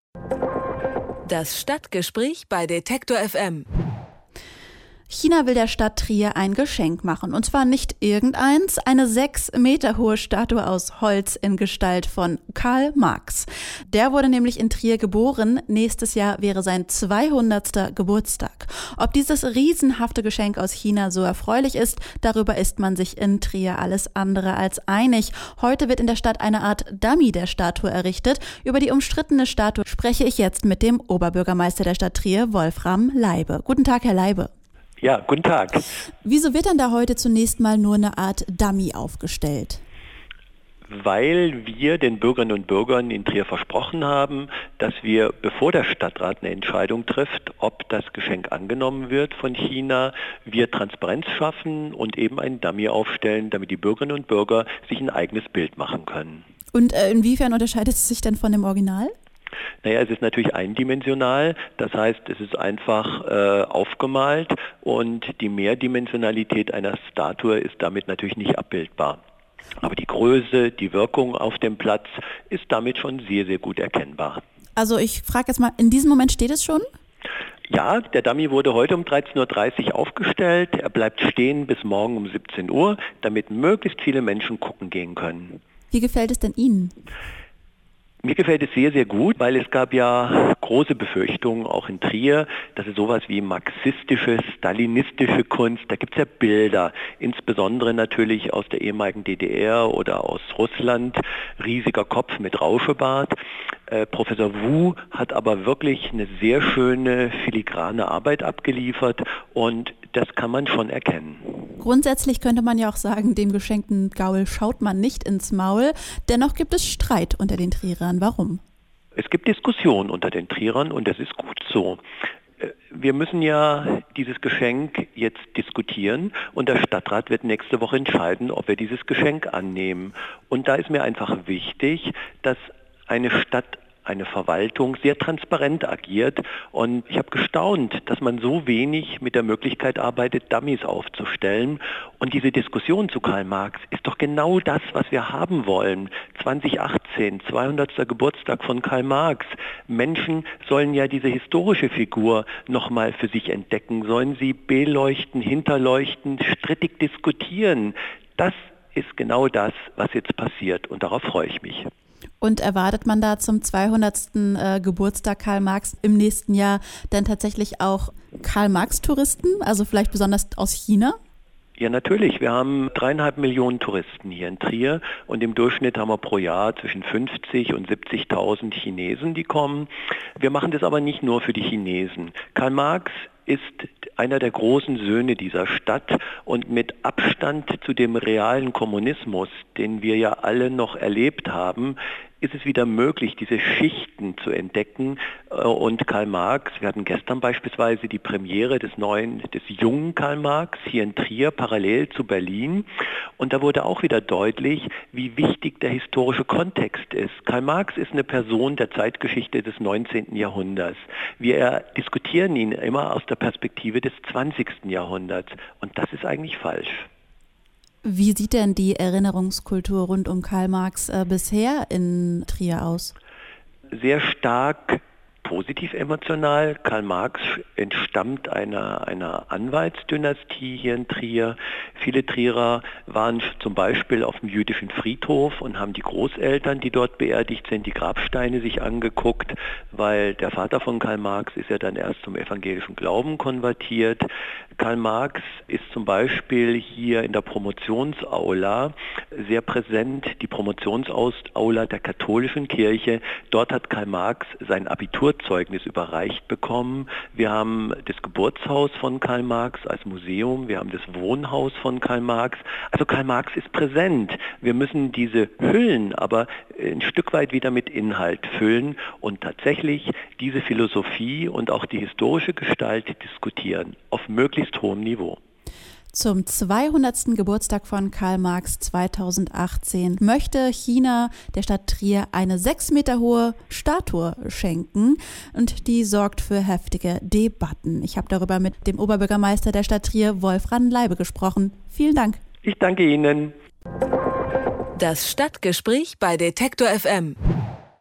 Das Stadtgespräch bei Detektor FM. China will der Stadt Trier ein Geschenk machen. Und zwar nicht irgendeins, eine 6 Meter hohe Statue aus Holz in Gestalt von Karl Marx. Der wurde nämlich in Trier geboren. Nächstes Jahr wäre sein 200. Geburtstag. Ob dieses riesenhafte Geschenk aus China so erfreulich ist, darüber ist man sich in Trier alles andere als einig. Heute wird in der Stadt eine Art Dummy der Statue errichtet. Über die umstrittene Statue spreche ich jetzt mit dem Oberbürgermeister der Stadt Trier, Wolfram Leibe. Guten Tag, Herr Leibe. Ja, guten Tag. Wieso wird denn da heute zunächst mal nur eine Art Dummy aufgestellt? Weil wir den Bürgerinnen und Bürgern in Trier versprochen haben, dass wir, bevor der Stadtrat eine Entscheidung trifft, ob das Geschenk angenommen wird von China, wir Transparenz schaffen und eben einen Dummy aufstellen, damit die Bürgerinnen und Bürger sich ein eigenes Bild machen können. Und inwiefern unterscheidet es sich denn von dem Original? Naja, es ist natürlich eindimensional, das heißt, es ist einfach aufgemalt und die Mehrdimensionalität einer Statue ist damit natürlich nicht abbildbar. Aber die Größe, die Wirkung auf dem Platz ist damit schon sehr, sehr gut erkennbar. Also ich frage jetzt mal, in diesem Moment steht es schon? Ja, der Dummy wurde heute um 13.30 Uhr aufgestellt. Er bleibt stehen bis morgen um 17 Uhr, damit möglichst viele Menschen gucken gehen können. Wie gefällt es denn Ihnen? Mir gefällt es sehr, sehr gut, weil es gab ja große Befürchtungen, auch in Trier, dass es sowas wie marxistische, stalinistische Kunst, da gibt es ja Bilder, insbesondere natürlich aus der ehemaligen DDR oder aus Russland, riesiger Kopf mit Rauschebart. Professor Wu hat aber wirklich eine sehr schöne, filigrane Arbeit abgeliefert und das kann man schon erkennen. Grundsätzlich könnte man ja auch sagen, dem geschenkten Gaul schaut man nicht ins Maul. Dennoch gibt es Streit unter den Trierern. Warum? Es gibt Diskussionen unter den Trierern und das ist gut so. Wir müssen ja dieses Geschenk jetzt diskutieren und der Stadtrat wird nächste Woche entscheiden, ob wir dieses Geschenk annehmen. Und da ist mir einfach wichtig, dass eine Stadt, eine Verwaltung sehr transparent agiert und ich habe gestaunt, dass man so wenig mit der Möglichkeit arbeitet, Dummies aufzustellen und diese Diskussion zu Karl Marx ist doch genau das, was wir haben wollen. 2018, 200. Geburtstag von Karl Marx. Menschen sollen ja diese historische Figur nochmal für sich entdecken, sollen sie beleuchten, hinterleuchten, strittig diskutieren. Das ist genau das, was jetzt passiert und darauf freue ich mich. Und erwartet man da zum 200. Geburtstag Karl Marx im nächsten Jahr dann tatsächlich auch Karl-Marx-Touristen, also vielleicht besonders aus China? Ja, natürlich. Wir haben 3,5 Millionen Touristen hier in Trier und im Durchschnitt haben wir pro Jahr zwischen 50 und 70.000 Chinesen, die kommen. Wir machen das aber nicht nur für die Chinesen. Karl Marx ist einer der großen Söhne dieser Stadt und mit Abstand zu dem realen Kommunismus, den wir ja alle noch erlebt haben, ist es wieder möglich, diese Schichten zu entdecken. Und Karl Marx, wir hatten gestern beispielsweise die Premiere des jungen Karl Marx hier in Trier, parallel zu Berlin. Und da wurde auch wieder deutlich, wie wichtig der historische Kontext ist. Karl Marx ist eine Person der Zeitgeschichte des 19. Jahrhunderts. Wir diskutieren ihn immer aus der Perspektive des 20. Jahrhunderts. Und das ist eigentlich falsch. Wie sieht denn die Erinnerungskultur rund um Karl Marx bisher in Trier aus? Sehr stark positiv emotional. Karl Marx entstammt einer Anwaltsdynastie hier in Trier. Viele Trierer waren zum Beispiel auf dem jüdischen Friedhof und haben die Großeltern, die dort beerdigt sind, die Grabsteine sich angeguckt, weil der Vater von Karl Marx ist ja dann erst zum evangelischen Glauben konvertiert. Karl Marx ist zum Beispiel hier in der Promotionsaula sehr präsent, die Promotionsaula der katholischen Kirche. Dort hat Karl Marx sein Abiturzeugnis überreicht bekommen. Wir haben das Geburtshaus von Karl Marx als Museum, wir haben das Wohnhaus von Karl Marx. Also Karl Marx ist präsent. Wir müssen diese Hüllen aber ein Stück weit wieder mit Inhalt füllen und tatsächlich diese Philosophie und auch die historische Gestalt diskutieren auf möglichst hohem Niveau. Zum 200. Geburtstag von Karl Marx 2018 möchte China der Stadt Trier eine 6 Meter hohe Statue schenken und die sorgt für heftige Debatten. Ich habe darüber mit dem Oberbürgermeister der Stadt Trier, Wolfram Leibe, gesprochen. Vielen Dank. Ich danke Ihnen. Das Stadtgespräch bei Detektor FM.